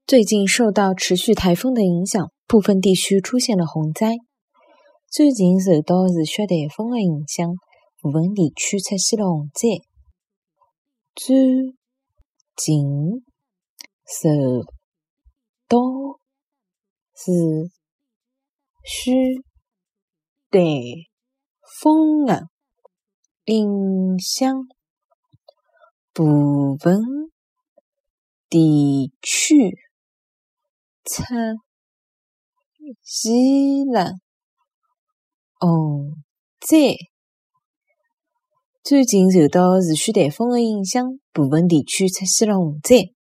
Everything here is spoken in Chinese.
最近受到持续台风的影响，部分地区出现了洪灾。最近受到持续台风的影响，部分地区出现了洪灾。最近受到持续台风的影响，部分地区出现了洪灾。最近受到持续台风的影响，部分地区出现了洪灾。